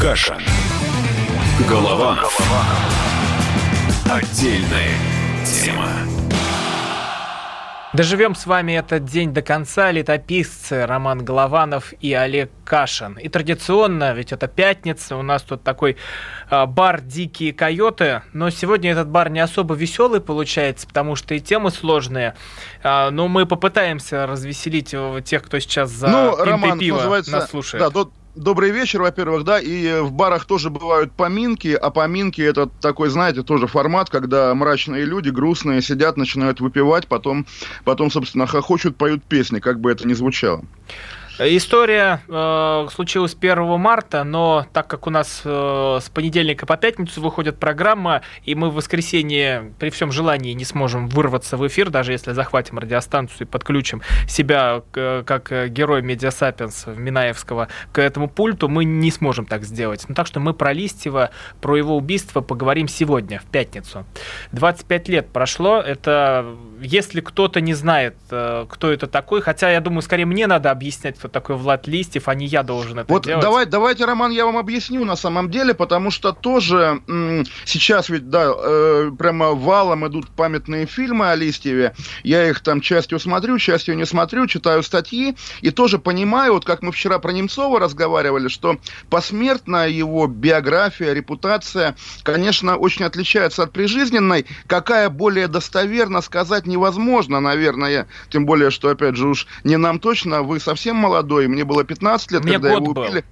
Кашин. Голованов. Отдельная тема. Доживем с вами этот день до конца. Летописцы Роман Голованов и Олег Кашин. И традиционно, ведь это пятница, у нас тут такой бар «Дикие койоты». Но сегодня этот бар не особо веселый получается, потому что и темы сложные. Но мы попытаемся развеселить тех, кто сейчас за пинтой пива нас слушает. Да, добрый вечер, во-первых, да, и в барах тоже бывают поминки, а поминки это такой, знаете, тоже формат, когда мрачные люди, грустные, сидят, начинают выпивать, потом, собственно, хохочут, поют песни, как бы это ни звучало. История случилась 1 марта, но так как у нас с понедельника по пятницу выходит программа, и мы в воскресенье при всем желании не сможем вырваться в эфир, даже если захватим радиостанцию и подключим себя как герой Медиасапиенс Минаевского к этому пульту, мы не сможем так сделать. Так что мы про Листьева, про его убийство поговорим сегодня, в пятницу. 25 лет прошло, это если кто-то не знает, кто это такой, хотя, я думаю, скорее мне надо объяснять, кто такой Влад Листьев, а не я должен это делать. Давайте, Роман, я вам объясню на самом деле, потому что тоже сейчас ведь, прямо валом идут памятные фильмы о Листьеве. Я их там частью смотрю, частью не смотрю, читаю статьи и тоже понимаю, вот как мы вчера про Немцова разговаривали, что посмертная его биография, репутация, конечно, очень отличается от прижизненной. Какая более достоверно сказать невозможно, наверное. Тем более, что, опять же, уж не нам точно, вы совсем молодой, мне было 15 лет, мне когда его убили.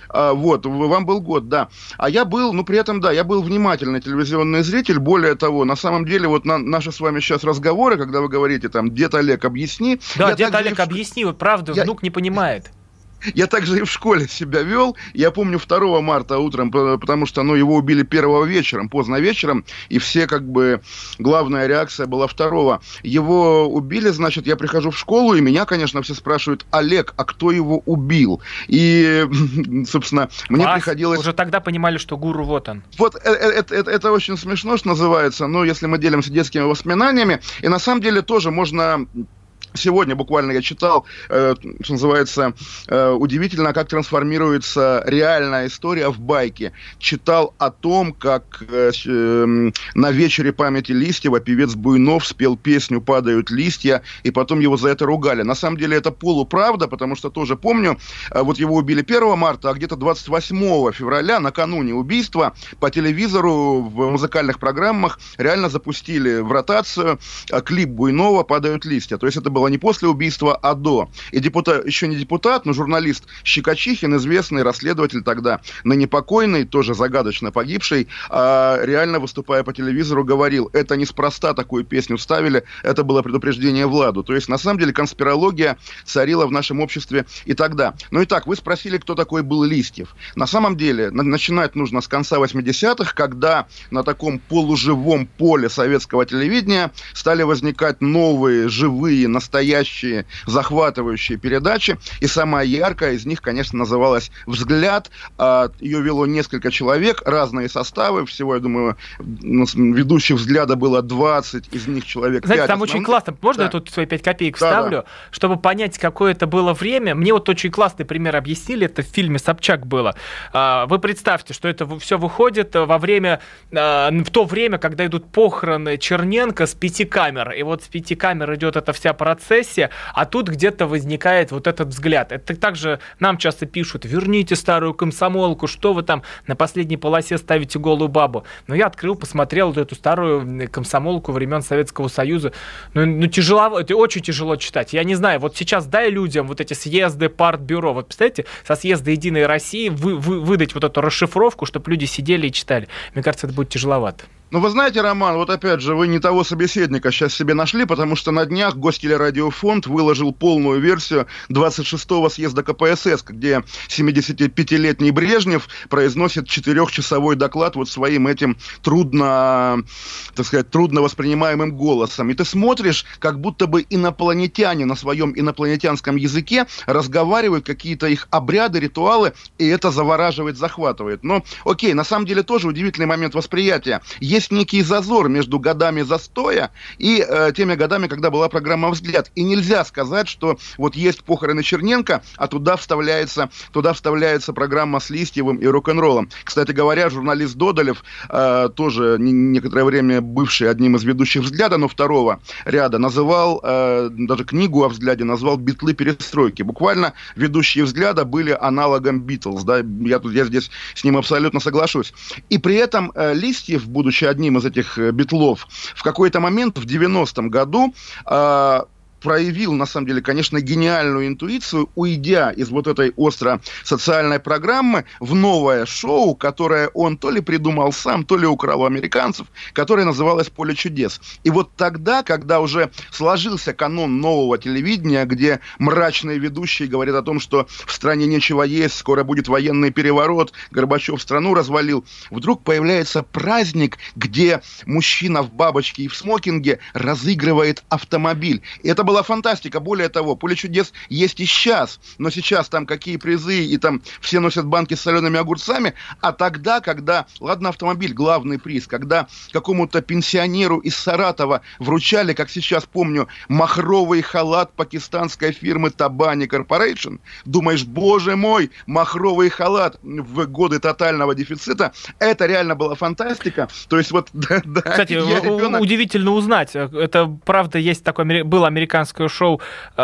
Вам был год, да. А я был, при этом, да, я был внимательный телевизионный зритель. Более того, на самом деле, вот наши с вами сейчас разговоры, когда вы говорите, там, дед Олег, объясни. Да, дед Олег, объясни, вот правда, внук не понимает. Я также и в школе себя вел. Я помню 2 марта утром, потому что его убили 1 вечером, поздно вечером, и все главная реакция была 2. Его убили, значит, я прихожу в школу, и меня, конечно, все спрашивают: Олег, а кто его убил? И, собственно, мне приходилось... Уже тогда понимали, что гуру вот он. Вот это очень смешно, что называется, но если мы делимся детскими воспоминаниями, и на самом деле тоже можно... Сегодня буквально я читал, что называется, удивительно, как трансформируется реальная история в байке. Читал о том, как на вечере памяти Листьева певец Буйнов спел песню «Падают листья», и потом его за это ругали. На самом деле это полуправда, потому что тоже помню, вот его убили 1 марта, а где-то 28 февраля, накануне убийства, по телевизору в музыкальных программах реально запустили в ротацию клип Буйнова «Падают листья». То есть это было не после убийства, а до. И еще не депутат, но журналист Щекочихин, известный расследователь тогда, ныне покойный, тоже загадочно погибший, реально, выступая по телевизору, говорил: это неспроста такую песню ставили, это было предупреждение Владу. То есть, на самом деле, конспирология царила в нашем обществе и тогда. Ну и так, вы спросили, кто такой был Листьев. На самом деле, начинать нужно с конца 80-х, когда на таком полуживом поле советского телевидения стали возникать новые, живые, настоящие, захватывающие передачи. И самая яркая из них, конечно, называлась «Взгляд». Ее вело несколько человек, разные составы. Всего, я думаю, ведущих «Взгляда» было 20, из них человек 5. Знаете, там очень классно. Можно я тут свои 5 копеек вставлю? Чтобы понять, какое это было время. Мне вот очень классный пример объяснили. Это в фильме «Собчак» было. Вы представьте, что это все выходит в то время, когда идут похороны Черненко с 5 камер. И вот с 5 камер идет эта вся процессия, а тут где-то возникает вот этот взгляд. Это также нам часто пишут: верните старую комсомолку, что вы там на последней полосе ставите голую бабу. Но я открыл, посмотрел вот эту старую комсомолку времен Советского Союза. Тяжело, это очень тяжело читать. Я не знаю, вот сейчас дай людям вот эти съезды партбюро, вот представляете, со съезда Единой России выдать вот эту расшифровку, чтобы люди сидели и читали. Мне кажется, это будет тяжеловато. Ну, вы знаете, Роман, вот опять же, вы не того собеседника сейчас себе нашли, потому что на днях Гостелерадиофонд выложил полную версию 26-го съезда КПСС, где 75-летний Брежнев произносит 4-часовой доклад вот своим этим трудно воспринимаемым голосом. И ты смотришь, как будто бы инопланетяне на своем инопланетянском языке разговаривают, какие-то их обряды, ритуалы, и это завораживает, захватывает. Но, окей, на самом деле тоже удивительный момент восприятия. есть некий зазор между годами застоя и теми годами, когда была программа «Взгляд». И нельзя сказать, что вот есть похороны Черненко, а туда вставляется программа с Листьевым и рок-н-роллом. Кстати говоря, журналист Додолев, тоже некоторое время бывший одним из ведущих «Взгляда», но второго ряда, называл, даже книгу о «Взгляде» назвал «Битлы перестройки». Буквально ведущие «Взгляда» были аналогом «Битлз». Да? Я здесь с ним абсолютно соглашусь. И при этом Листьев, будучи одним из этих битлов, в какой-то момент в 90-м году проявил, на самом деле, конечно, гениальную интуицию, уйдя из вот этой остро социальной программы в новое шоу, которое он то ли придумал сам, то ли украл у американцев, которое называлось «Поле чудес». И вот тогда, когда уже сложился канон нового телевидения, где мрачные ведущие говорят о том, что в стране нечего есть, скоро будет военный переворот, Горбачев страну развалил, вдруг появляется праздник, где мужчина в бабочке и в смокинге разыгрывает автомобиль. И это была фантастика. Более того, «Поле чудес» есть и сейчас. Но сейчас там какие призы, и там все носят банки с солеными огурцами. А тогда, когда, ладно, автомобиль, главный приз, когда какому-то пенсионеру из Саратова вручали, как сейчас помню, махровый халат пакистанской фирмы Tabani Corporation, думаешь, боже мой, махровый халат в годы тотального дефицита, это реально была фантастика. То есть вот, да. Кстати, удивительно узнать, это правда есть такое, было американское шоу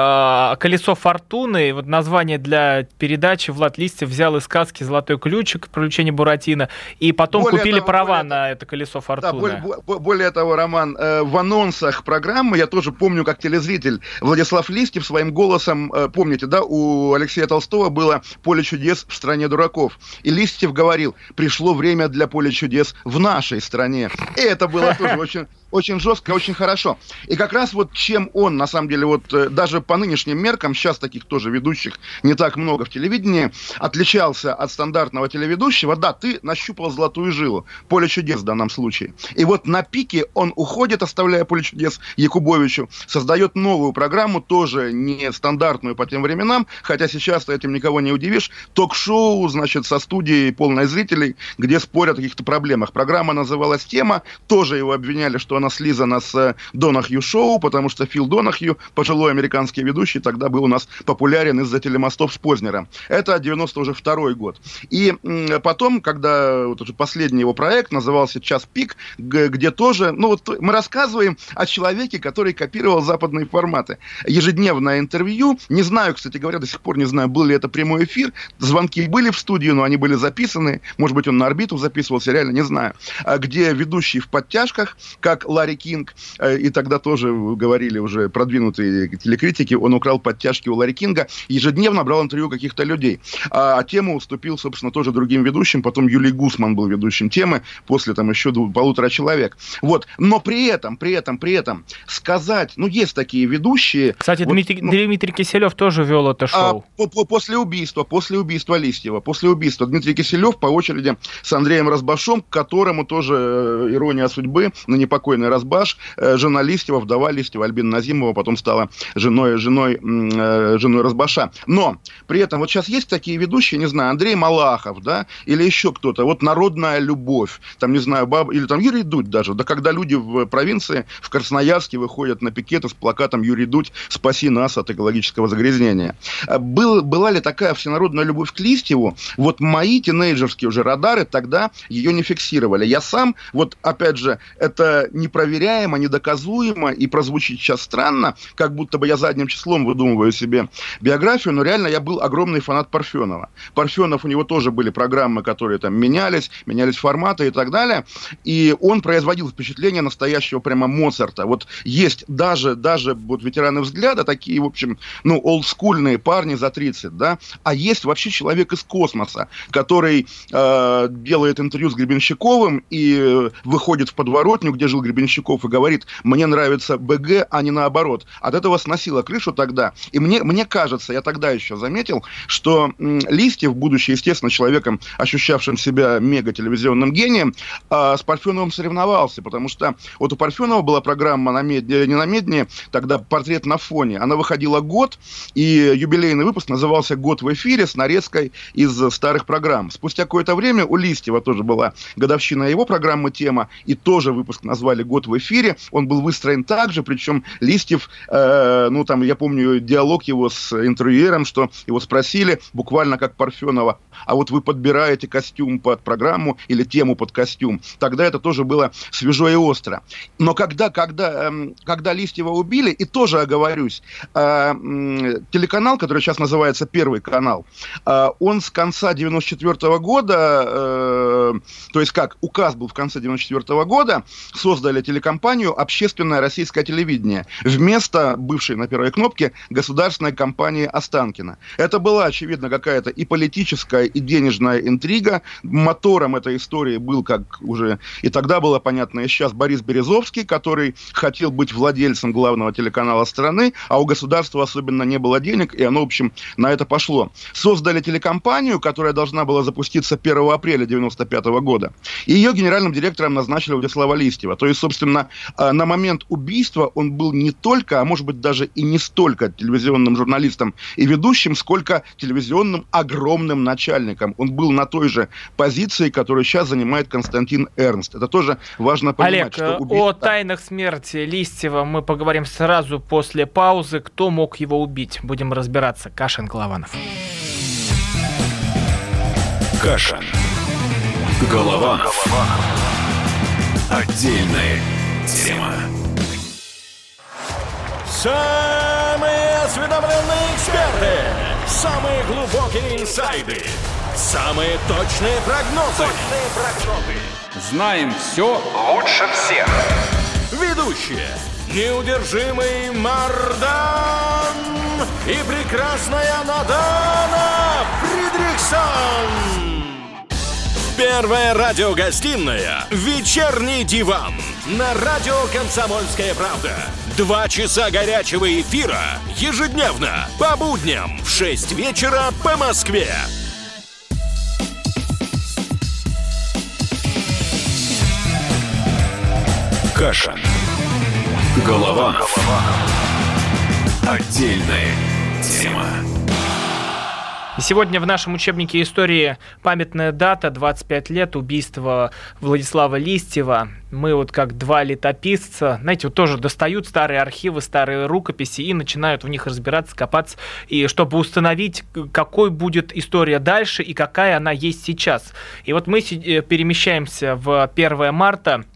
«Колесо фортуны». Вот название для передачи Влад Листьев взял из сказки «Золотой ключик», «Приключения Буратино», и потом купили права на это «Колесо фортуны». Да, более того, Роман, в анонсах программы, я тоже помню, как телезритель, Владислав Листьев своим голосом, помните, да, у Алексея Толстого было «Поле чудес в стране дураков». И Листьев говорил: пришло время для «Поля чудес» в нашей стране. И это было тоже очень жестко, очень хорошо. И как раз вот чем он, на самом деле, вот даже по нынешним меркам, сейчас таких тоже ведущих не так много в телевидении, отличался от стандартного телеведущего. Да, ты нащупал золотую жилу. «Поле чудес» в данном случае. И вот на пике он уходит, оставляя «Поле чудес» Якубовичу, создает новую программу, тоже не стандартную по тем временам, хотя сейчас этим никого не удивишь. Ток-шоу, значит, со студией полной зрителей, где спорят о каких-то проблемах. Программа называлась «Тема», тоже его обвиняли, что она слизана с Донахью шоу, потому что Фил Донахью, пожилой американский ведущий, тогда был у нас популярен из-за телемостов с Познера. Это 92-й год. И потом, когда вот уже последний его проект назывался «Час пик», где тоже, ну вот мы рассказываем о человеке, который копировал западные форматы. Ежедневное интервью, не знаю, кстати говоря, до сих пор не знаю, был ли это прямой эфир, звонки были в студию, но они были записаны, может быть, он на орбиту записывался, реально не знаю, где ведущий в подтяжках, как Ларри Кинг, и тогда тоже говорили уже продвинутые телекритики, он украл подтяжки у Ларри Кинга, ежедневно брал интервью каких-то людей. А тему уступил, собственно, тоже другим ведущим, потом Юлий Гусман был ведущим темы, после там еще 1,5 человек. Вот. Но при этом сказать, ну, есть такие ведущие... Кстати, вот, Дмитрий Киселев тоже вел это шоу. После убийства Листьева, Дмитрий Киселев по очереди с Андреем Разбашом, к которому тоже ирония судьбы, на непокойный Разбаш, жена Листьева, вдова Листьева, Альбина Назимова, потом стала женой Разбаша. Но при этом вот сейчас есть такие ведущие, не знаю, Андрей Малахов, да, или еще кто-то, вот «Народная любовь», там, не знаю, или там Юрий Дудь даже, да, когда люди в провинции, в Красноярске выходят на пикеты с плакатом «Юрий Дудь, спаси нас от экологического загрязнения». Была ли такая всенародная любовь к Листьеву? Вот мои тинейджерские уже радары тогда ее не фиксировали. Я сам, вот опять же, это непроверяемо, недоказуемо, и прозвучит сейчас странно, как будто бы я задним числом выдумываю себе биографию, но реально я был огромный фанат Парфенова. Парфенов, у него тоже были программы, которые там менялись форматы и так далее, и он производил впечатление настоящего прямо Моцарта. Вот есть даже вот ветераны «Взгляда», такие, в общем, ну, олдскульные парни за 30, да, а есть вообще человек из космоса, который делает интервью с Гребенщиковым и выходит в подворотню, где жил Гребенщиков, Гребенщиков и говорит: мне нравится БГ, а не наоборот. От этого сносило крышу тогда. И мне кажется, я тогда еще заметил, что Листьев, будучи, естественно, человеком, ощущавшим себя мега-телевизионным гением, с Парфеновым соревновался, потому что вот у Парфенова была программа не на Медне, тогда «Портрет на фоне». Она выходила год, и юбилейный выпуск назывался «Год в эфире» с нарезкой из старых программ. Спустя какое-то время у Листьева тоже была годовщина его программы «Тема», и тоже выпуск назвали «Год в эфире». Он был выстроен так же, причем Листьев, я помню диалог его с интервьюером, что его спросили, буквально как Парфенова: а вот вы подбираете костюм под программу или тему под костюм? Тогда это тоже было свежо и остро. Но когда Листьева убили, и тоже оговорюсь, телеканал, который сейчас называется «Первый канал», он с конца 94 года, то есть как, указ был в конце 94 года, создали телекомпанию «Общественное российское телевидение» вместо бывшей на первой кнопке государственной компании Останкино. Это была, очевидно, какая-то и политическая, и денежная интрига. Мотором этой истории был, как уже и тогда было понятно, и сейчас, Борис Березовский, который хотел быть владельцем главного телеканала страны, а у государства особенно не было денег, и оно, в общем, на это пошло. Создали телекомпанию, которая должна была запуститься 1 апреля 1995 года. И ее генеральным директором назначили Владислава Листьева. То есть, собственно, на момент убийства он был не только, а может быть даже и не столько телевизионным журналистом и ведущим, сколько телевизионным огромным начальником. Он был на той же позиции, которую сейчас занимает Константин Эрнст. Это тоже важно понимать. Олег, что убийство... о тайнах смерти Листьева мы поговорим сразу после паузы. Кто мог его убить? Будем разбираться. Кашин, Голованов. Кашин, Голованов. Отдельная тема. Самые осведомленные эксперты, самые глубокие инсайды, самые точные прогнозы. Знаем все лучше всех. Ведущие: неудержимый Мардан и прекрасная Надана Фридрихсон. Первая радиогостинная «Вечерний диван» на радио «Комсомольская правда». 2 часа горячего эфира ежедневно по будням в 6 вечера по Москве. Кашин, Голованов. Отдельная тема. И сегодня в нашем учебнике истории памятная дата, 25 лет убийства Владислава Листьева. Мы вот как два летописца, знаете, вот тоже достают старые архивы, старые рукописи и начинают в них разбираться, копаться, и чтобы установить, какой будет история дальше и какая она есть сейчас. И вот мы перемещаемся в 1 марта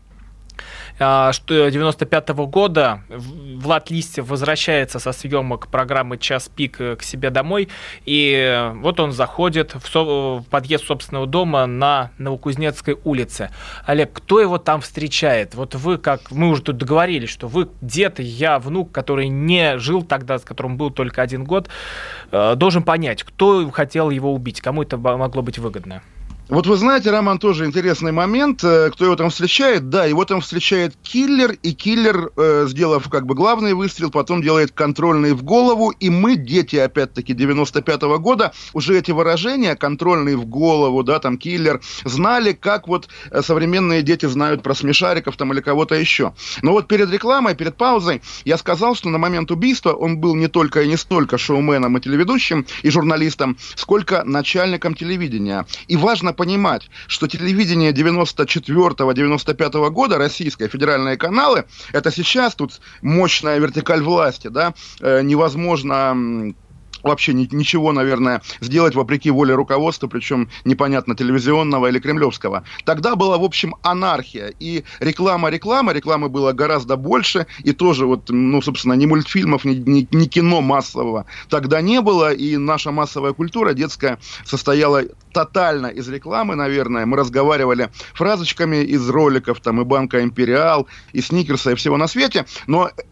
1995 года. Влад Листьев возвращается со съемок программы «Час пик» к себе домой, и вот он заходит в подъезд собственного дома на Новокузнецкой улице. Олег, кто его там встречает? Вот вы, как мы уже тут договорились, что вы дед, и я внук, который не жил тогда, с которым был только 1 год, должен понять, кто хотел его убить, кому это могло быть выгодно. Вот вы знаете, Роман, тоже интересный момент. Кто его там встречает? Да, его там встречает киллер, и киллер, сделав как бы главный выстрел, потом делает контрольный в голову, и мы, дети, опять-таки, 95-го года, уже эти выражения, контрольный в голову, да, там, киллер, знали, как вот современные дети знают про смешариков там или кого-то еще. Но вот перед рекламой, перед паузой я сказал, что на момент убийства он был не только и не столько шоуменом и телеведущим, и журналистом, сколько начальником телевидения. И важно понимать, что телевидение 94-95 года, российские федеральные каналы, это сейчас тут мощная вертикаль власти, да, невозможно вообще ничего, наверное, сделать вопреки воле руководства, причем непонятно, телевизионного или кремлевского. Тогда была, в общем, анархия. И рекламы было гораздо больше. И тоже, вот, ну, собственно, ни мультфильмов, ни кино массового тогда не было. И наша массовая культура детская состояла тотально из рекламы, наверное. Мы разговаривали фразочками из роликов, там, и Банка Империал, и Сникерса, и всего на свете. Но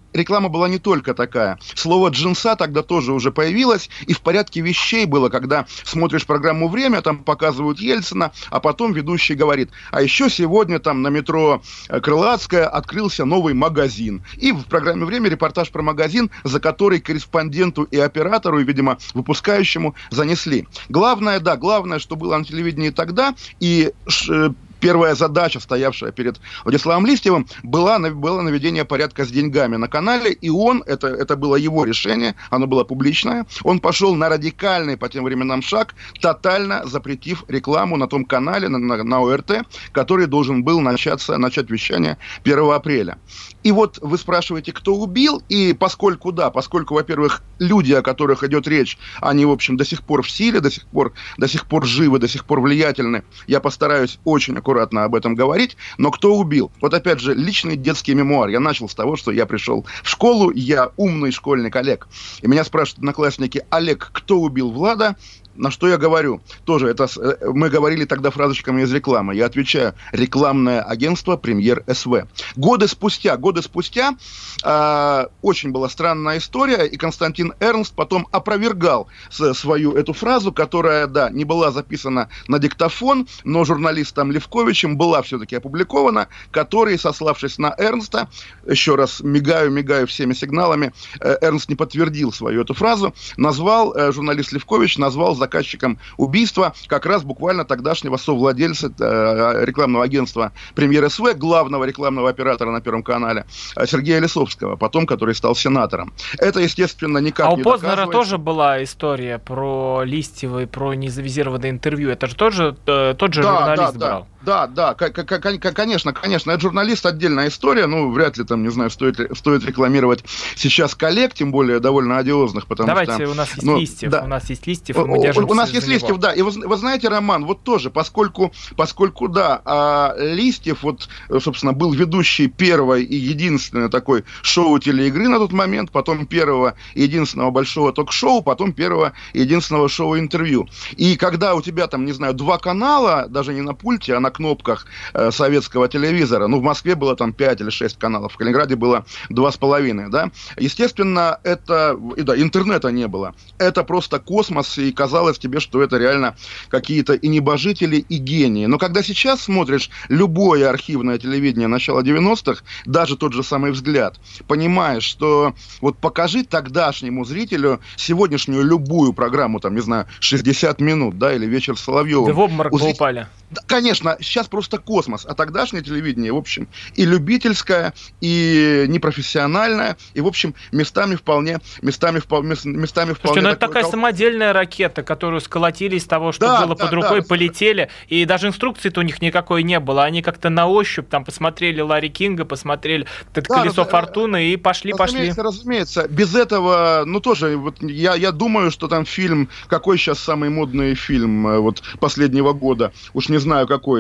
реклама была не только такая. Слово «джинса» тогда тоже уже появилось, и в порядке вещей было, когда смотришь программу «Время», там показывают Ельцина, а потом ведущий говорит: а еще сегодня там на метро Крылатская открылся новый магазин. И в программе «Время» репортаж про магазин, за который корреспонденту и оператору, и, видимо, выпускающему занесли. Главное, что было на телевидении тогда, и первая задача, стоявшая перед Владиславом Листьевым, было наведение порядка с деньгами на канале, и это было его решение, оно было публичное, он пошел на радикальный по тем временам шаг, тотально запретив рекламу на том канале, на ОРТ, который должен был начать вещание 1 апреля. И вот вы спрашиваете, кто убил, и поскольку, во-первых, люди, о которых идет речь, они, в общем, до сих пор в силе, до сих пор живы, до сих пор влиятельны, я постараюсь очень аккуратно об этом говорить, но кто убил? Вот опять же, личный детский мемуар. Я начал с того, что я пришел в школу, я умный школьник Олег. И меня спрашивают одноклассники: Олег, кто убил Влада? На что я говорю? Тоже мы говорили тогда фразочками из рекламы. Я отвечаю: рекламное агентство «Премьер СВ». Годы спустя очень была странная история, и Константин Эрнст потом опровергал свою эту фразу, которая, не была записана на диктофон, но журналистом Левковичем была все-таки опубликована, который, сославшись на Эрнста, еще раз мигаю всеми сигналами, Эрнст не подтвердил свою эту фразу, журналист Левкович назвал заказчиком убийства как раз буквально тогдашнего совладельца рекламного агентства «Премьер СВ», главного рекламного оператора на Первом канале, Сергея Лисовского, потом который стал сенатором. Это, естественно, никак не доказывается. А у Познера тоже была история про Листьева и про незавизированное интервью. Это же тот же журналист брал. Да, конечно. Это журналист, отдельная история. Вряд ли там, не знаю, стоит рекламировать сейчас коллег, тем более довольно одиозных, потому Давайте, что... у нас есть Листьев. Да. У нас есть Листьев, и мы держимся. У нас есть Листьев, да. И вы знаете, Роман, вот тоже, поскольку Листьев, собственно, был ведущий первой и единственной такой шоу-телеигры на тот момент, потом первого и единственного большого ток-шоу, потом первого и единственного шоу-интервью. И когда у тебя там, не знаю, 2 канала, даже не на пульте, а на кнопках советского телевизора, в Москве было там 5 или 6 каналов, в Калининграде было 2,5, да, естественно, интернета не было. Это просто космос, и казалось тебе, что это реально какие-то и небожители, и гении. Но когда сейчас смотришь любое архивное телевидение начала 90-х, даже тот же самый «Взгляд», понимаешь, что покажи тогдашнему зрителю сегодняшнюю любую программу, там, не знаю, 60 минут, да, или «Вечер с Соловьевым». Да в обморок упали. Да, конечно, сейчас просто космос, а тогдашнее телевидение, в общем, и любительское, и непрофессиональное, и, в общем, местами вполне. Слушайте, это такая самодельная ракета, которую сколотили из того, что было под рукой, полетели, и даже инструкции-то у них никакой не было, они как-то на ощупь там посмотрели Ларри Кинга, посмотрели «Колесо фортуны» и пошли. Разумеется, без этого, тоже, я думаю, что там фильм, какой сейчас самый модный фильм последнего года, уж не знаю какой,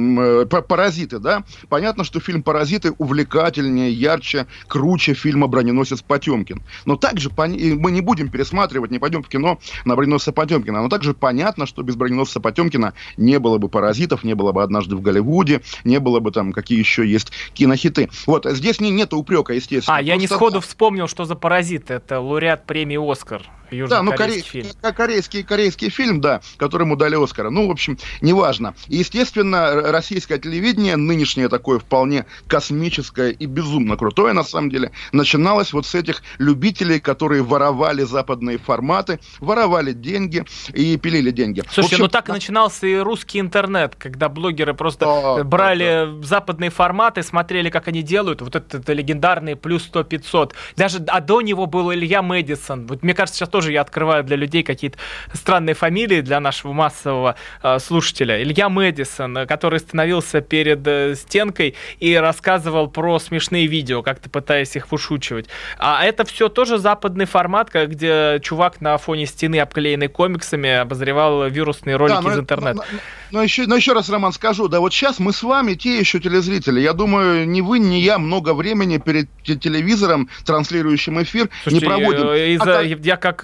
«Паразиты», да? Понятно, что фильм «Паразиты» увлекательнее, ярче, круче фильма «Броненосец Потемкин». Но также мы не будем пересматривать, не пойдем в кино на «Броненосца Потемкина». Но также понятно, что без «Броненосца Потемкина» не было бы «Паразитов», не было бы «Однажды в Голливуде», не было бы там, какие еще есть кинохиты. Здесь нет упрека, естественно. Я не сходу вспомнил, что за «Паразиты». Это лауреат премии «Оскар». Южнокорейский фильм. Корейский фильм, да, которому дали Оскара. В общем, неважно. И, естественно, российское телевидение, нынешнее такое вполне космическое и безумно крутое, на самом деле, начиналось с этих любителей, которые воровали западные форматы, воровали деньги и пилили деньги. Слушайте, так и начинался и русский интернет, когда блогеры просто брали западные форматы, смотрели, как они делают, это легендарные плюс 100-500. Даже до него был Илья Мэдисон. Мне кажется, сейчас тоже я открываю для людей какие-то странные фамилии для нашего массового слушателя. Илья Мэдисон, который становился перед стенкой и рассказывал про смешные видео, как-то пытаясь их вышучивать. А это все тоже западный формат, где чувак на фоне стены, обклеенной комиксами, обозревал вирусные ролики из интернета. Но еще раз, Роман, скажу, сейчас мы с вами те еще телезрители. Я думаю, ни вы, ни я много времени перед телевизором, транслирующим эфир, не проводим. Я как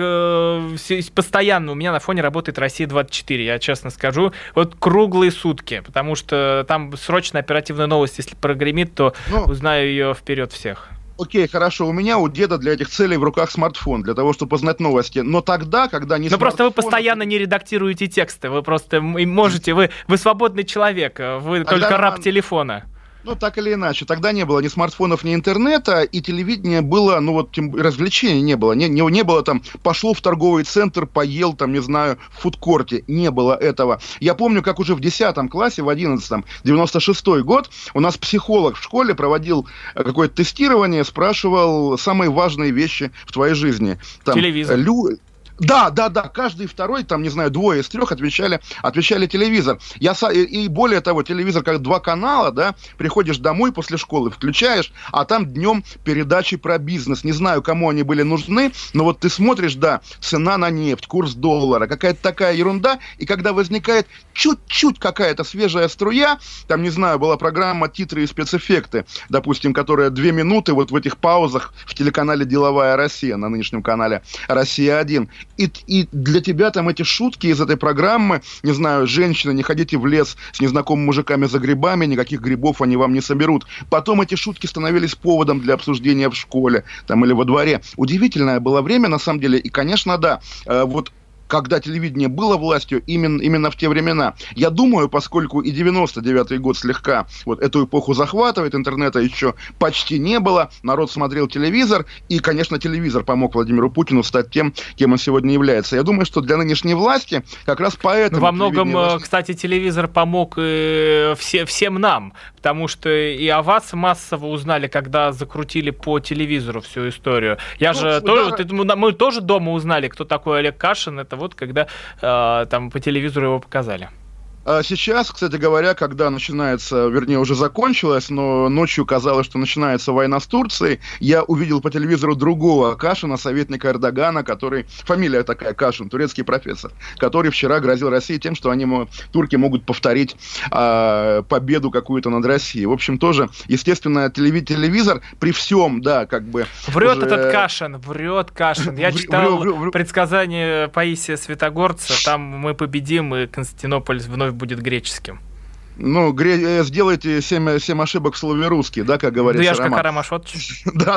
постоянно, у меня на фоне работает «Россия-24», я честно скажу, круглые сутки, потому что там срочно оперативная новость, если прогремит, то узнаю ее вперед всех. Окей, хорошо, у деда для этих целей в руках смартфон, для того, чтобы узнать новости. Но тогда, когда не смартфон... Но просто вы постоянно не редактируете тексты, вы просто можете, вы свободный человек, вы тогда только раб телефона. Ну, так или иначе. Тогда не было ни смартфонов, ни интернета, и телевидение было, развлечений не было. Не было там, пошел в торговый центр, поел там, не знаю, в фудкорте. Не было этого. Я помню, как уже в 10 классе, в 11-м, 96-й год, у нас психолог в школе проводил какое-то тестирование, спрашивал самые важные вещи в твоей жизни. Там, телевизор. Да, каждый второй, там, не знаю, 2 из 3 отвечали телевизор. И более того, телевизор как 2 канала, да, приходишь домой после школы, включаешь, а там днем передачи про бизнес. Не знаю, кому они были нужны, но вот ты смотришь, да, цена на нефть, курс доллара, какая-то такая ерунда, и когда возникает чуть-чуть какая-то свежая струя, там, не знаю, была программа «Титры и спецэффекты», допустим, которая 2 минуты вот в этих паузах в телеканале «Деловая Россия», на нынешнем канале «Россия-1». И для тебя там эти шутки из этой программы, не знаю, женщины, не ходите в лес с незнакомыми мужиками за грибами, никаких грибов они вам не соберут. Потом эти шутки становились поводом для обсуждения в школе там, или во дворе. Удивительное было время, на самом деле, и, конечно, да, вот когда телевидение было властью именно в те времена. Я думаю, поскольку и 99-й год слегка вот эту эпоху захватывает, интернета еще почти не было, народ смотрел телевизор, и, конечно, телевизор помог Владимиру Путину стать тем, кем он сегодня является. Я думаю, что для нынешней власти как раз поэтому... Во многом, кстати, телевизор помог всем нам, потому что и о вас массово узнали, когда закрутили по телевизору всю историю. Мы тоже дома узнали, кто такой Олег Кашин. Это вот когда там по телевизору его показали. Сейчас, кстати говоря, когда начинается, вернее, уже закончилась, но ночью казалось, что начинается война с Турцией, я увидел по телевизору другого Кашина, советника Эрдогана, который, фамилия такая, Кашин, турецкий профессор, который вчера грозил России тем, что турки могут повторить победу какую-то над Россией. В общем, тоже, естественно, телевизор при всем, да, как бы... Врет уже... этот Кашин, врет Кашин. Я читал предсказание Паисия Святогорца, там мы победим, и Константинополь вновь будет греческим. Ну, сделайте 7 ошибок в слове «русский», да, как говорится. Да я же как Арам Ашотович. Да.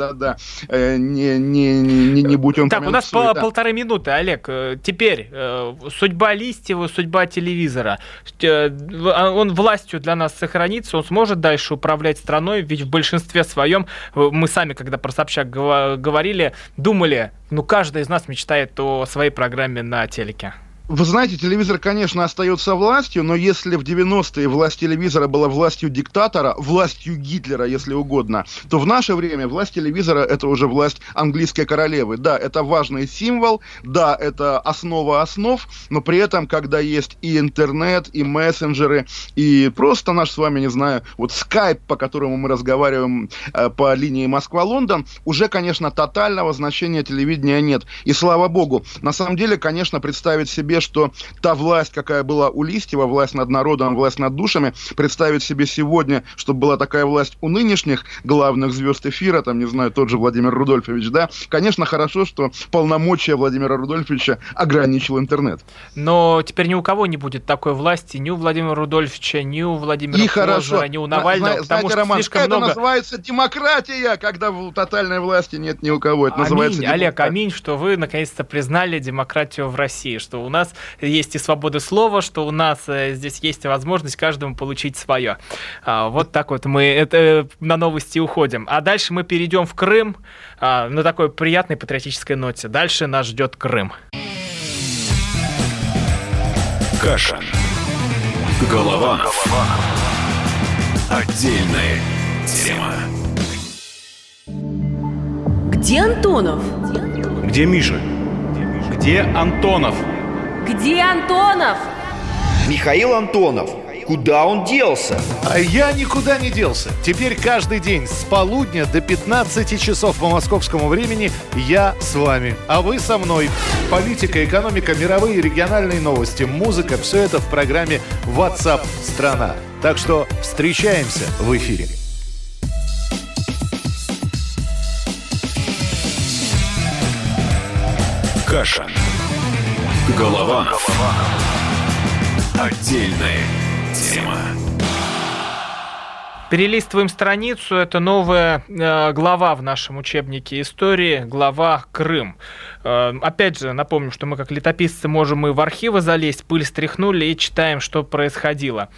Не будь он... Так, у нас 1,5 минуты, Олег. Теперь судьба Листьева, судьба телевизора. Он властью для нас сохранится, он сможет дальше управлять страной, ведь в большинстве своем, мы сами, когда про Собчак говорили, думали, каждый из нас мечтает о своей программе на телеке. Вы знаете, телевизор, конечно, остается властью, но если в 90-е власть телевизора была властью диктатора, властью Гитлера, если угодно, то в наше время власть телевизора – это уже власть английской королевы. Да, это важный символ, да, это основа основ, но при этом, когда есть и интернет, и мессенджеры, и просто наш с вами, не знаю, вот скайп, по которому мы разговариваем по линии Москва-Лондон, уже, конечно, тотального значения телевидения нет. И слава богу. На самом деле, конечно, представить себе, что та власть, какая была у Листьева, власть над народом, власть над душами, представить себе сегодня, чтобы была такая власть у нынешних главных звезд эфира, там, не знаю, тот же Владимир Рудольфович, да, конечно, хорошо, что полномочия Владимира Рудольфовича ограничил интернет. Но теперь ни у кого не будет такой власти, ни у Владимира Рудольфовича, ни у Владимира Козыра, ни у Навального, потому что Роман, слишком много... Это называется демократия, когда в тотальной власти нет ни у кого. Это называется демократия. Олег, аминь, что вы наконец-то признали демократию в России, что у нас есть и свобода слова, что у нас здесь есть возможность каждому получить свое. Вот так вот мы на новости уходим. А дальше мы перейдем в Крым на такой приятной патриотической ноте. Дальше нас ждет Крым. Кашин. Голованов. Отдельная тема. Где Антонов? Где Миша? Где Антонов? Где Антонов? Михаил Антонов. Куда он делся? А я никуда не делся. Теперь каждый день с полудня до 15 часов по московскому времени я с вами, а вы со мной. Политика, экономика, мировые и региональные новости, музыка – все это в программе WhatsApp страна. Так что встречаемся в эфире. Кашин. Голованов. Отдельная тема. Перелистываем страницу. Это новая глава в нашем учебнике истории, глава «Крым». Опять же, напомню, что мы как летописцы можем и в архивы залезть, пыль стряхнули и читаем, что происходило.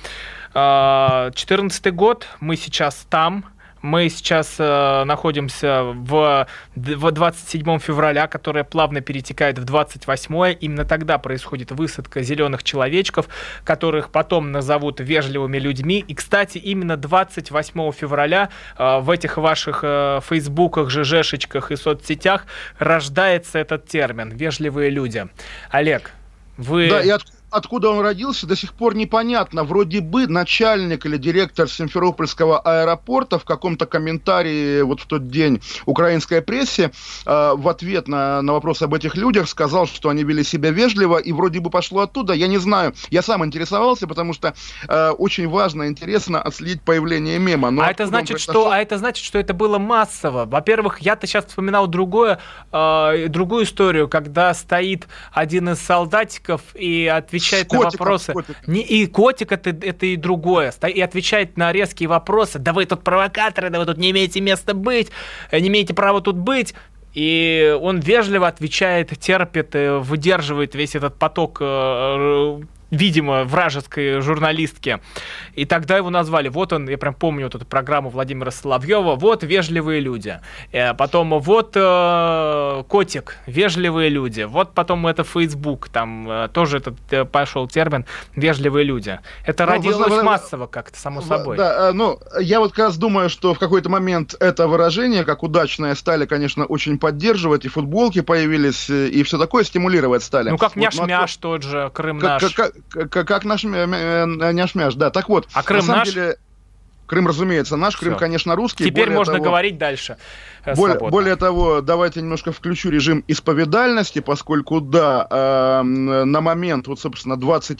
2014 год, мы сейчас там. Мы сейчас находимся в 27 февраля, которое плавно перетекает в 28. Именно тогда происходит высадка зеленых человечков, которых потом назовут вежливыми людьми. И, кстати, именно 28 февраля в этих ваших фейсбуках, ЖЖшечках и соцсетях рождается этот термин «вежливые люди». Олег, вы... Да, и откуда он родился, до сих пор непонятно. Вроде бы начальник или директор Симферопольского аэропорта в каком-то комментарии вот в тот день украинской прессе в ответ на вопрос об этих людях сказал, что они вели себя вежливо, и вроде бы пошло оттуда. Я не знаю, я сам интересовался, потому что очень важно, интересно отследить появление мема. Но это значит, что это было массово. Во-первых, я-то сейчас вспоминал другую историю, когда стоит один из солдатиков и отвечает на вопросы. И котик это и другое. И отвечает на резкие вопросы. Да вы тут провокаторы, да вы тут не имеете места быть, не имеете права тут быть. И он вежливо отвечает, терпит, выдерживает весь этот поток, видимо, вражеской журналистки. И тогда его назвали. Вот он, я прям помню вот эту программу Владимира Соловьева. Вот вежливые люди. Потом вот котик, вежливые люди. Вот потом это Facebook. Там тоже этот пошел термин вежливые люди. Это родилось массово как-то, само собой. Да, я вот как раз думаю, что в какой-то момент это выражение, как удачное, стали, конечно, очень поддерживать. И футболки появились, и все такое стимулировать стали. Ну, как няш-мяш тот же, Крым наш. Как наш няш-мяш, да. Так вот, а Крым наш? Крым, разумеется, наш. Крым, конечно, русский. Теперь можно говорить дальше. Более того, давайте немножко включу режим исповедальности, поскольку, да, на момент, вот, собственно,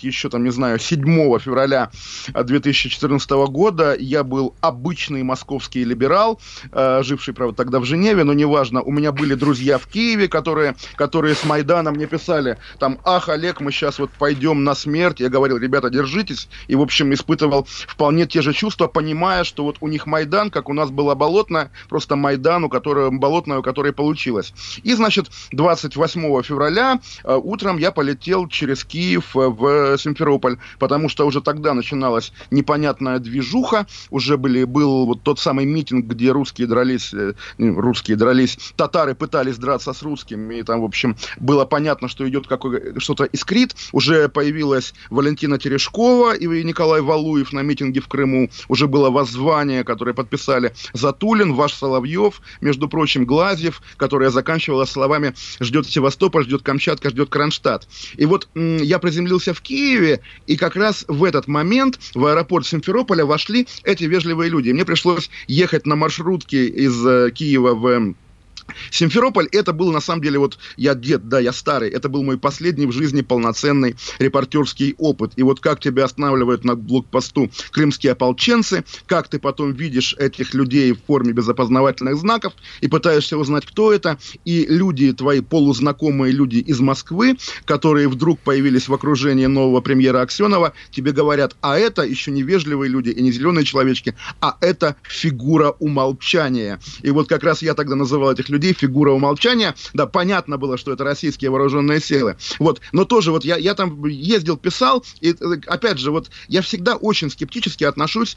7 февраля 2014 года я был обычный московский либерал, живший, правда, тогда в Женеве, но неважно, у меня были друзья в Киеве, которые с Майдана мне писали, там, ах, Олег, мы сейчас вот пойдем на смерть. Я говорил, ребята, держитесь, и, в общем, испытывал вполне те же чувства, понимая, что вот у них Майдан, как у нас была Болотная, просто Майдан, Болотная, у которой получилось. И, значит, 28 февраля утром я полетел через Киев в Симферополь, потому что уже тогда начиналась непонятная движуха, уже был вот тот самый митинг, где русские дрались, татары пытались драться с русскими, и там, в общем, было понятно, что идет что-то искрит. Уже появилась Валентина Терешкова и Николай Валуев на митинге в Крыму, уже было воззвание, которое подписали Затулин, ваш Соловьев, между прочим, Глазьев, которая заканчивала словами «ждет Севастополь, ждет Камчатка, ждет Кронштадт». И вот я приземлился в Киеве, и как раз в этот момент в аэропорт Симферополя вошли эти вежливые люди. Мне пришлось ехать на маршрутке из Киева в Симферополь. Это был, на самом деле, вот я дед, да, я старый, это был мой последний в жизни полноценный репортерский опыт. И вот как тебя останавливают на блокпосту крымские ополченцы, как ты потом видишь этих людей в форме без опознавательных знаков и пытаешься узнать, кто это, и люди, твои полузнакомые люди из Москвы, которые вдруг появились в окружении нового премьера Аксенова, тебе говорят, а это еще не вежливые люди и не зеленые человечки, а это фигура умолчания. И вот как раз я тогда называл этих людей фигура умолчания. Да, понятно было, что это российские вооруженные силы. Вот. Но тоже вот я там ездил, писал, и опять же, вот я всегда очень скептически отношусь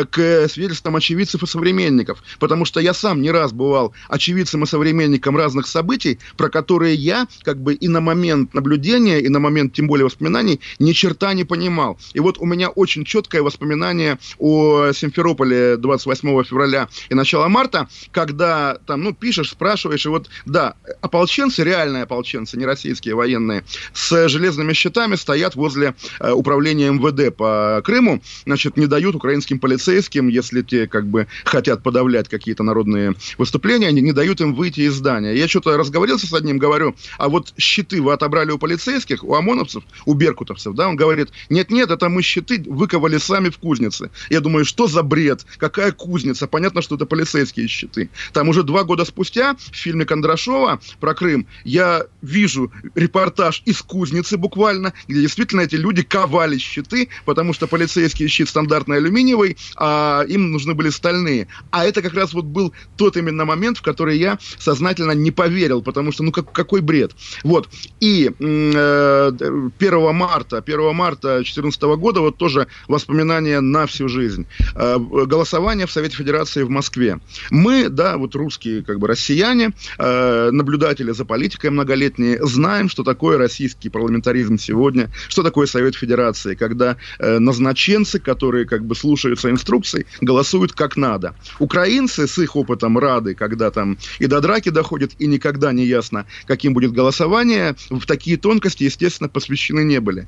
к свидетельствам очевидцев и современников, потому что я сам не раз бывал очевидцем и современником разных событий, про которые я как бы и на момент наблюдения, и на момент тем более воспоминаний ни черта не понимал. И вот у меня очень четкое воспоминание о Симферополе 28 февраля и начала марта, когда там, пишешь, спрашиваешь, и вот, да, ополченцы, реальные ополченцы, не российские военные, с железными щитами стоят возле управления МВД по Крыму, значит, не дают украинским полицейским, если те, как бы, хотят подавлять какие-то народные выступления, они не дают им выйти из здания. Я что-то разговорился с одним, говорю, а вот щиты вы отобрали у полицейских, у ОМОНовцев, у беркутовцев, да, он говорит, нет-нет, это мы щиты выковали сами в кузнице. Я думаю, что за бред, какая кузница, понятно, что это полицейские щиты. Там уже 2 года спустя спустя в фильме Кондрашова про Крым я вижу репортаж из кузницы буквально, где действительно эти люди ковали щиты, потому что полицейский щит стандартный алюминиевый, а им нужны были стальные. А это как раз вот был тот именно момент, в который я сознательно не поверил, потому что, какой бред. Вот. И 1 марта 2014 года вот тоже воспоминания на всю жизнь. Голосование в Совете Федерации в Москве. Мы, да, вот русские, как бы россияне, наблюдатели за политикой многолетние, знаем, что такое российский парламентаризм сегодня, что такое Совет Федерации, когда назначенцы, которые как бы слушаются инструкций, голосуют как надо. Украинцы с их опытом рады, когда там и до драки доходит, и никогда не ясно, каким будет голосование, в такие тонкости, естественно, посвящены не были.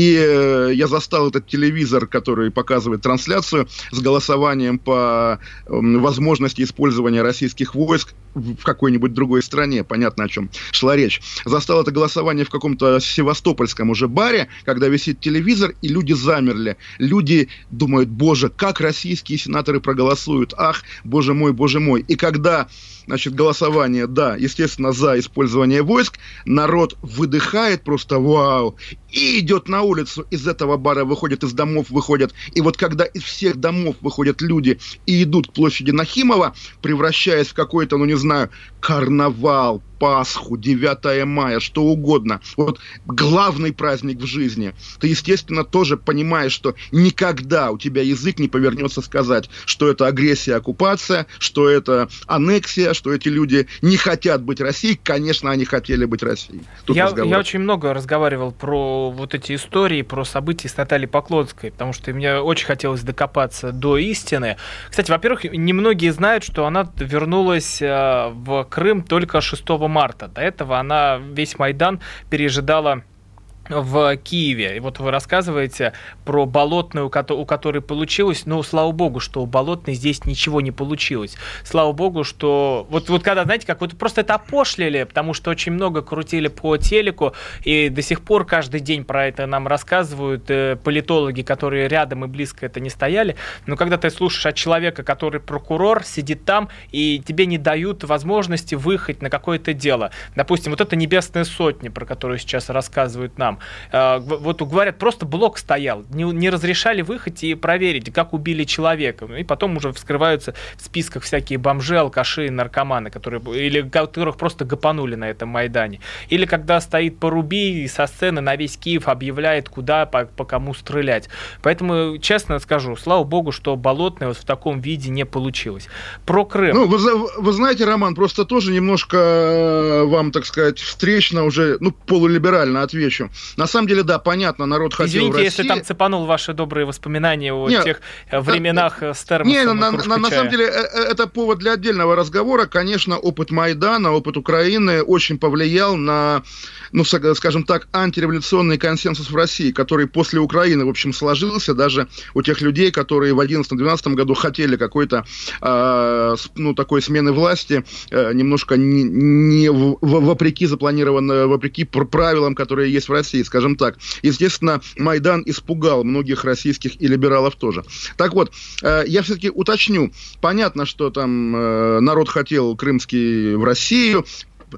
И я застал этот телевизор, который показывает трансляцию с голосованием по возможности использования российских войск в какой-нибудь другой стране, понятно, о чем шла речь. Застал это голосование в каком-то севастопольском уже баре, когда висит телевизор, и люди замерли. Люди думают: боже, как российские сенаторы проголосуют, ах, боже мой, боже мой. И когда, значит, голосование, да, естественно, за использование войск, народ выдыхает просто вау, и идет на улицу, из этого бара выходят, из домов выходят, и вот когда из всех домов выходят люди и идут к площади Нахимова, превращаясь в какой-то, не знаю, карнавал, Пасху, 9 мая, что угодно. Вот главный праздник в жизни. Ты, естественно, тоже понимаешь, что никогда у тебя язык не повернется сказать, что это агрессия, оккупация, что это аннексия, что эти люди не хотят быть Россией. Конечно, они хотели быть Россией. Я очень много разговаривал про вот эти истории, про события с Натальей Поклонской, потому что мне очень хотелось докопаться до истины. Кстати, во-первых, немногие знают, что она вернулась в Крым только 6 марта. До этого она весь Майдан пережидала в Киеве. И вот вы рассказываете про Болотную, у которой получилось. Ну, слава богу, что у Болотной здесь ничего не получилось. Слава богу, что... Вот когда, знаете, как вот просто это опошлили, потому что очень много крутили по телеку, и до сих пор каждый день про это нам рассказывают политологи, которые рядом и близко это не стояли. Но когда ты слушаешь от человека, который прокурор, сидит там, и тебе не дают возможности выехать на какое-то дело. Допустим, вот это «Небесная сотня», про которую сейчас рассказывают нам. Вот говорят, просто блок стоял, не разрешали выехать и проверить, как убили человека. И потом уже вскрываются в списках всякие бомжи, алкаши, наркоманы, которых просто гапанули на этом Майдане. Или когда стоит Поруби и со сцены на весь Киев объявляет, куда, по кому стрелять. Поэтому, честно скажу, слава богу, что Болотная вот в таком виде не получилось. Про Крым. Ну, вы знаете, Роман, просто тоже немножко вам, так сказать, встречно уже, полулиберально отвечу. На самом деле, да, понятно, народ хотел Извините, в России... если там цепанул ваши добрые воспоминания о тех временах с термосом. Нет, на самом деле, это повод для отдельного разговора. Конечно, опыт Майдана, опыт Украины очень повлиял на, скажем так, антиреволюционный консенсус в России, который после Украины, в общем, сложился даже у тех людей, которые в 2011-2012 году хотели какой-то, такой смены власти, немножко не вопреки запланированной, вопреки правилам, которые есть в России, скажем так. Естественно, Майдан испугал многих российских и либералов тоже. Так вот, я все-таки уточню. Понятно, что там народ хотел крымский в Россию.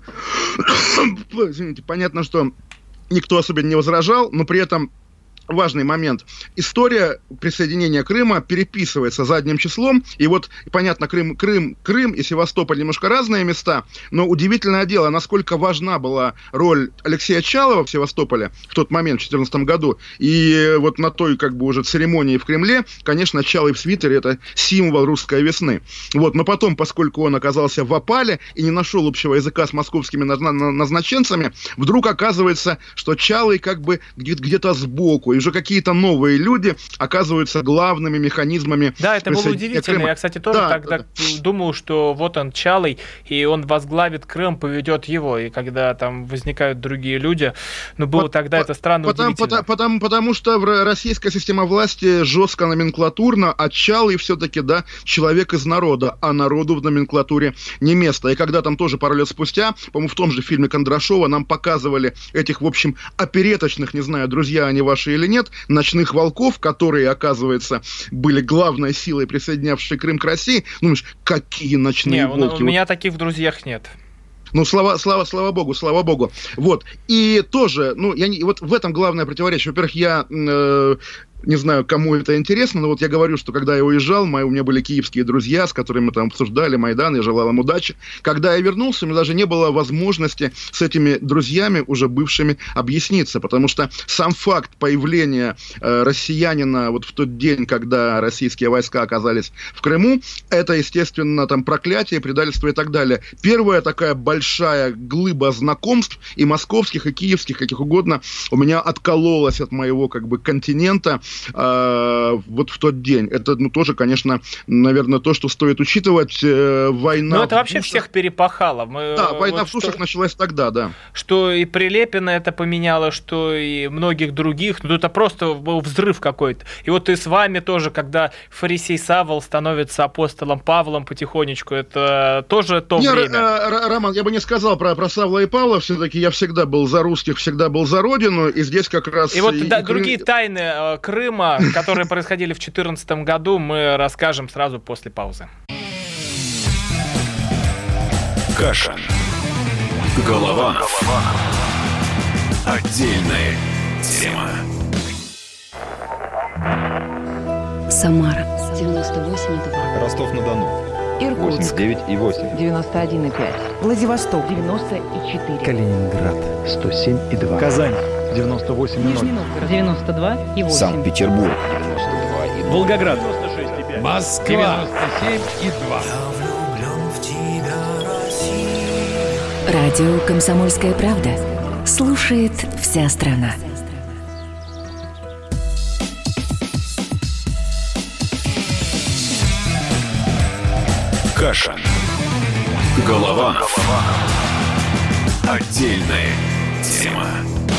Извините, понятно, что никто особенно не возражал, но при этом важный момент. История присоединения Крыма переписывается задним числом. И вот, понятно, Крым и Севастополь немножко разные места, но удивительное дело, насколько важна была роль Алексея Чалова в Севастополе в тот момент, в 2014 году. И вот на той, уже церемонии в Кремле, конечно, Чалый в свитере — это символ русской весны. Вот, но потом, поскольку он оказался в опале и не нашел общего языка с московскими назначенцами, вдруг оказывается, что Чалый где-то сбоку, и уже какие-то новые люди оказываются главными механизмами. Да, это было удивительно. Я, кстати, тоже тогда думал, что вот он Чалый, и он возглавит Крым, поведет его. И когда там возникают другие люди, было тогда это странно удивительно. Потому что российская система власти жестко номенклатурна, а Чалый все-таки, человек из народа, а народу в номенклатуре не место. И когда там тоже пару лет спустя, по-моему, в том же фильме Кондрашова нам показывали этих, в общем, опереточных, не знаю, друзья они ваши или или нет, ночных волков, которые, оказывается, были главной силой, присоединявшей Крым к России. Ну, какие ночные волки? У меня таких в друзьях нет. Ну, слава богу. Вот. И тоже, вот в этом главное противоречие. Во-первых, я не знаю, кому это интересно, но вот я говорю, что когда я уезжал, у меня были киевские друзья, с которыми мы там обсуждали Майдан, я желал им удачи. Когда я вернулся, у меня даже не было возможности с этими друзьями, уже бывшими, объясниться, потому что сам факт появления россиянина вот в тот день, когда российские войска оказались в Крыму, это, естественно, там проклятие, предательство и так далее. Первая такая большая глыба знакомств, и московских, и киевских, каких угодно, у меня откололась от моего континента, вот в тот день. Это, тоже, конечно, наверное, то, что стоит учитывать. Война. Ну, это вообще всех перепахало. Война в душах началась тогда, да. Что и Прилепина это поменяло, что и многих других. Ну, это просто был взрыв какой-то. И вот и с вами тоже, когда фарисей Саввол становится апостолом Павлом потихонечку, это тоже то время. Роман, я бы не сказал про Савла и Павла. Все-таки я всегда был за русских, всегда был за родину. И здесь как раз... И вот другие тайны Крыма, которые происходили в 2014 году, мы расскажем сразу после паузы. Кашин. Голованов. Отдельная тема. Самара 98,2. Ростов-на-Дону. Иркутск 89,8. 91,5. Владивосток 94. Калининград 107,2. Казань 98,0. Нижний Новгород 92,8. Санкт-Петербург 92,2. Волгоград 96,5. Москва 97,2. Радио «Комсомольская правда». Слушает вся страна. Кашин. Голованов. Отдельная тема.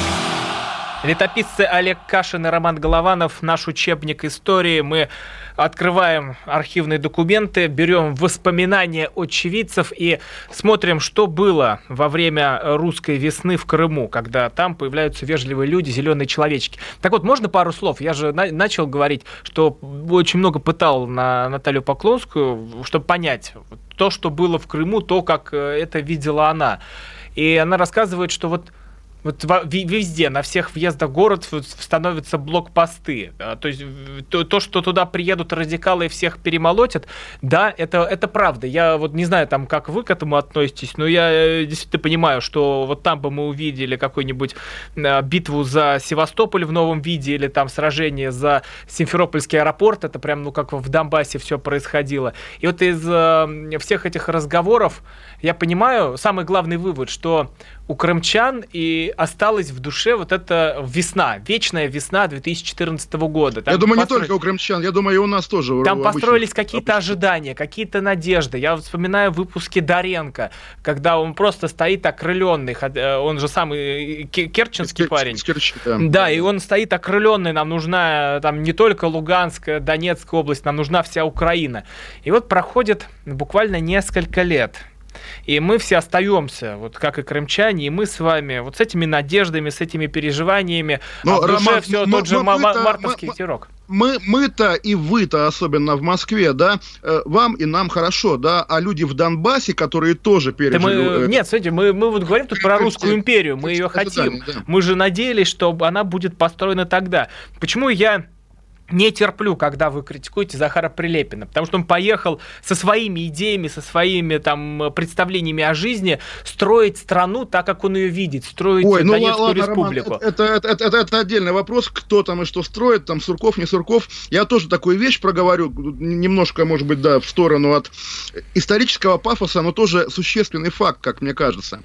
Летописцы Олег Кашин и Роман Голованов. Наш учебник истории. Мы открываем архивные документы, берем воспоминания очевидцев и смотрим, что было во время русской весны в Крыму, когда там появляются вежливые люди, зеленые человечки. Так вот, можно пару слов? Я же начал говорить, что очень много пытал на Наталью Поклонскую, чтобы понять то, что было в Крыму, то, как это видела она. И она рассказывает, что вот везде, на всех въездах в город становятся блокпосты. То есть то, что туда приедут радикалы и всех перемолотят, да, это правда. Я вот не знаю, там, как вы к этому относитесь, но я действительно понимаю, что вот там бы мы увидели какую-нибудь битву за Севастополь в новом виде или там сражение за Симферопольский аэропорт. Это прям, как в Донбассе все происходило. И вот из всех этих разговоров я понимаю, самый главный вывод, что у крымчан и осталась в душе вот эта весна, вечная весна 2014 года. Там я думаю, не только у крымчан, я думаю, и у нас тоже. Там построились какие-то ожидания, какие-то надежды. Я вспоминаю выпуски Доренко, когда он просто стоит окрыленный, он же самый керченский парень. Да, и он стоит окрыленный, нам нужна там не только Луганская, Донецкая область, нам нужна вся Украина. И вот проходит буквально несколько лет. И мы все остаемся, вот как и крымчане, и мы с вами, вот с этими надеждами, с этими переживаниями, а в душе все тот же мартовский ветерок. Мы-то и вы-то, особенно в Москве, да, вам и нам хорошо, да, а люди в Донбассе, которые тоже пережили... Нет, смотрите, мы вот говорим тут про русскую империю, мы ее хотим, мы же надеялись, что она будет построена тогда. Почему я не терплю, когда вы критикуете Захара Прилепина, потому что он поехал со своими идеями, со своими там представлениями о жизни строить страну так, как он ее видит, строить Донецкую республику. Роман, это отдельный вопрос, кто там и что строит, там Сурков, не Сурков. Я тоже такую вещь проговорю, немножко, может быть, да, в сторону от исторического пафоса, но тоже существенный факт, как мне кажется.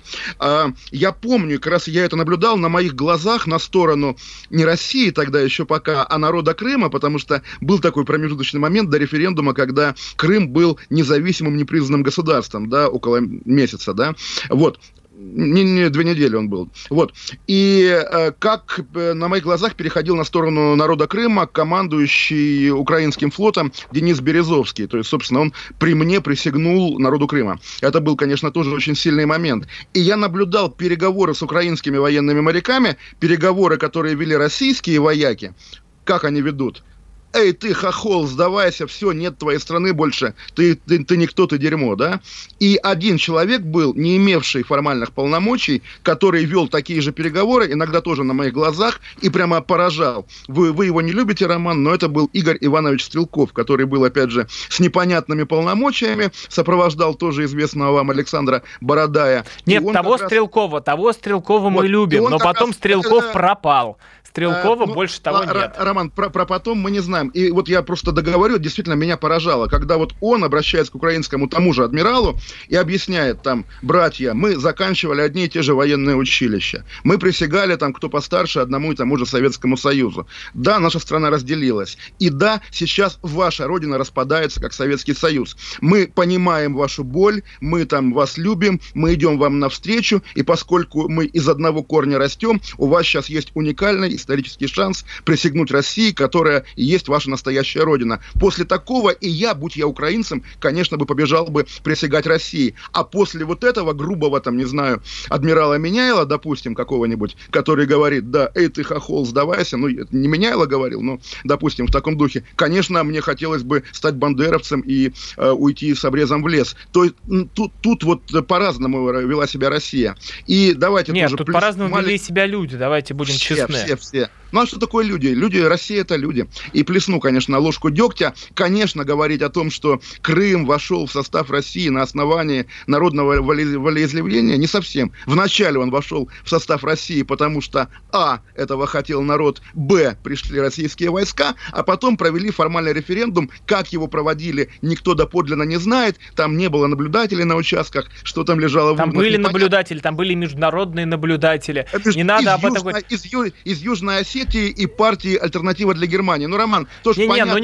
Я помню, как раз я это наблюдал на моих глазах на сторону не России тогда еще пока, а народа Крыма, потому что был такой промежуточный момент до референдума, когда Крым был независимым, непризнанным государством, да, около месяца, да, вот. Не 2 недели он был. Вот. И как на моих глазах переходил на сторону народа Крыма командующий украинским флотом Денис Березовский. То есть, собственно, он при мне присягнул народу Крыма. Это был, конечно, тоже очень сильный момент. И я наблюдал переговоры с украинскими военными моряками, переговоры, которые вели российские вояки. Как они ведут? Эй, ты, хохол, сдавайся, все, нет твоей страны больше, ты никто, ты дерьмо, да? И один человек был, не имевший формальных полномочий, который вел такие же переговоры, иногда тоже на моих глазах, и прямо поражал. Вы его не любите, Роман, но это был Игорь Иванович Стрелков, который был, опять же, с непонятными полномочиями, сопровождал тоже известного вам Александра Бородая. Нет, того Стрелкова мы любим, но потом Стрелков пропал. Стрелкова больше того нет. Роман, про потом мы не знаем. И вот я просто договорю, действительно меня поражало, когда вот он обращается к украинскому тому же адмиралу и объясняет там: братья, мы заканчивали одни и те же военные училища, мы присягали там, кто постарше, одному и тому же Советскому Союзу. Да, наша страна разделилась. И да, сейчас ваша родина распадается, как Советский Союз. Мы понимаем вашу боль, мы там вас любим, мы идем вам навстречу, и поскольку мы из одного корня растем, у вас сейчас есть уникальный исторический шанс присягнуть России, которая и есть ваша настоящая родина. После такого и я, будь я украинцем, конечно бы побежал бы присягать России. А после вот этого грубого, там, не знаю, адмирала Меняйла, допустим, какого-нибудь, который говорит: да, эй, ты, хохол, сдавайся, ну, это не Меняйла говорил, но, допустим, в таком духе, конечно, мне хотелось бы стать бандеровцем и уйти с обрезом в лес. То есть тут вот по-разному вела себя Россия. И давайте Нет, тоже... тут по-разному вели себя люди, давайте будем честны. Все. Ну а что такое люди? Люди, Россия — это люди. И плесну, конечно, ложку дегтя. Конечно, говорить о том, что Крым вошел в состав России на основании народного волеизъявления, не совсем. Вначале он вошел в состав России, потому что а. этого хотел народ, б. пришли российские войска, а потом провели формальный референдум. Как его проводили, никто доподлинно не знает. Там не было наблюдателей на участках, что там лежало в урнах. Там были наблюдатели, там были международные наблюдатели. Не надо об этом говорить. Из Южной Осетии и партии «Альтернатива для Германии». Ну, Роман, тоже понятно,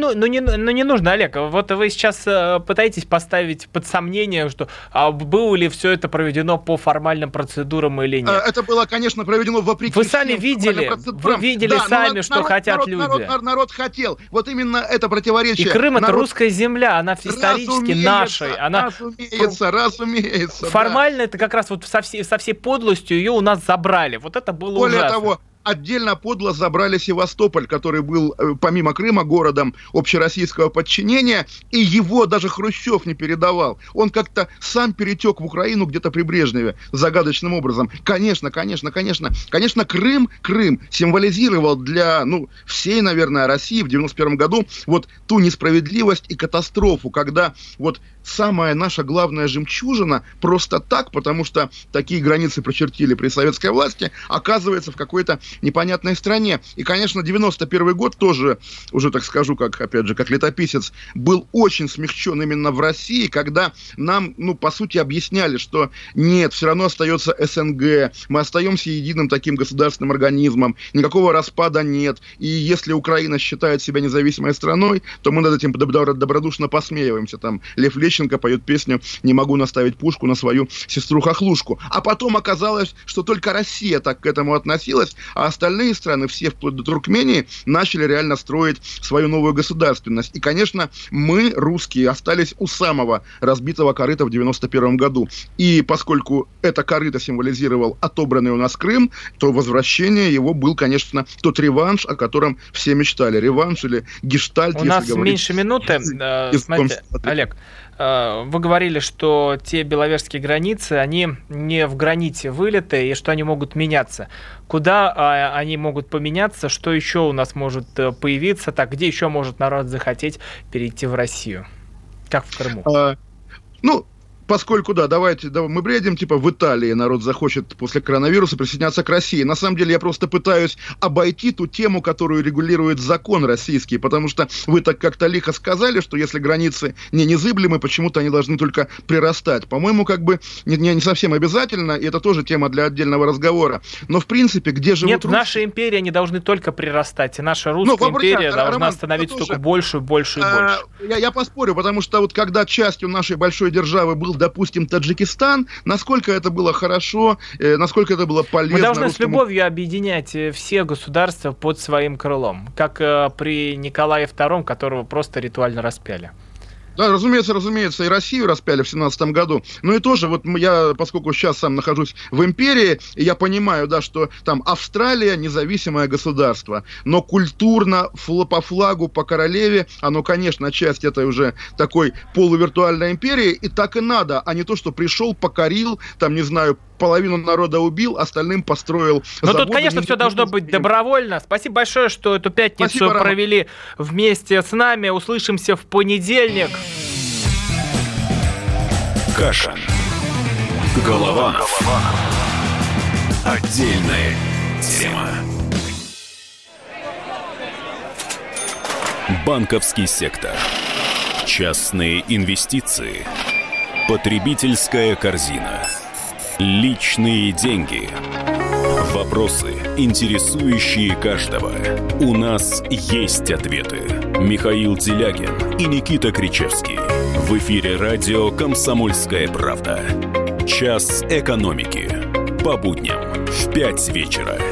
не нужно, Олег. Вот вы сейчас пытаетесь поставить под сомнение, что было ли все это проведено по формальным процедурам или нет. Это было, конечно, проведено вопреки. Вы сами видели, да, сами, что хотят люди. Народ хотел. Вот именно это противоречие. И Крым — это русская земля, она исторически нашей. Разумеется. Формально это как раз вот со всей подлостью ее у нас забрали. Вот это было ужасно. Более того, отдельно подло забрали Севастополь, который был, помимо Крыма, городом общероссийского подчинения, и его даже Хрущев не передавал. Он как-то сам перетек в Украину где-то при Брежневе загадочным образом. Конечно, Крым символизировал для, всей, наверное, России в 91 году вот ту несправедливость и катастрофу, когда вот самая наша главная жемчужина просто так, потому что такие границы прочертили при советской власти, оказывается в какой-то непонятной стране. И, конечно, 91 год тоже, уже так скажу, как летописец, был очень смягчен именно в России, когда нам, по сути, объясняли, что нет, все равно остается СНГ, мы остаемся единым таким государственным организмом, никакого распада нет, и если Украина считает себя независимой страной, то мы над этим добродушно посмеиваемся. Там Лев Лещенко поет песню «Не могу наставить пушку на свою сестру-хохлушку». А потом оказалось, что только Россия так к этому относилась, а остальные страны, все вплоть до Туркмении, начали реально строить свою новую государственность. И, конечно, мы, русские, остались у самого разбитого корыта в 91 году. И поскольку это корыто символизировал отобранный у нас Крым, то возвращение его был, конечно, тот реванш, о котором все мечтали. Реванш или гештальт, у нас меньше минуты. Смотрите, Олег, вы говорили, что те беловежские границы, они не в граните вылеты, и что они могут меняться. Куда они могут поменяться? Что еще у нас может появиться? Так, где еще может народ захотеть перейти в Россию? Как в Крыму? Поскольку, мы бредим, в Италии народ захочет после коронавируса присоединяться к России. На самом деле я просто пытаюсь обойти ту тему, которую регулирует закон российский, потому что вы так как-то лихо сказали, что если границы не незыблемы, почему-то они должны только прирастать. По-моему, не совсем обязательно, и это тоже тема для отдельного разговора. Но, в принципе, где живут русские... Нет, в нашей империи они должны только прирастать, и наша русская империя должна становиться только больше и больше и больше. Я поспорю, потому что вот когда частью нашей большой державы был допустим, Таджикистан, насколько это было хорошо, насколько это было полезно. Мы должны с любовью объединять все государства под своим крылом, как при Николае II, которого просто ритуально распяли. Да, разумеется, и Россию распяли в 17 году. Ну и тоже, вот я, поскольку сейчас сам нахожусь в империи, я понимаю, да, что там Австралия независимое государство, но культурно, по флагу, по королеве, оно, конечно, часть этой уже такой полувиртуальной империи, и так и надо, а не то, что пришел, покорил, там, не знаю, половину народа убил, остальным построил заводы. Но тут, конечно, все должно быть добровольно. Спасибо большое, что эту пятницу провели вместе с нами. Услышимся в понедельник. Кашин. Голованов. Отдельная тема. Банковский сектор. Частные инвестиции. Потребительская корзина. Личные деньги. Вопросы, интересующие каждого. У нас есть ответы. Михаил Делягин и Никита Кричевский. В эфире радио «Комсомольская правда». Час экономики. По будням в 5 вечера.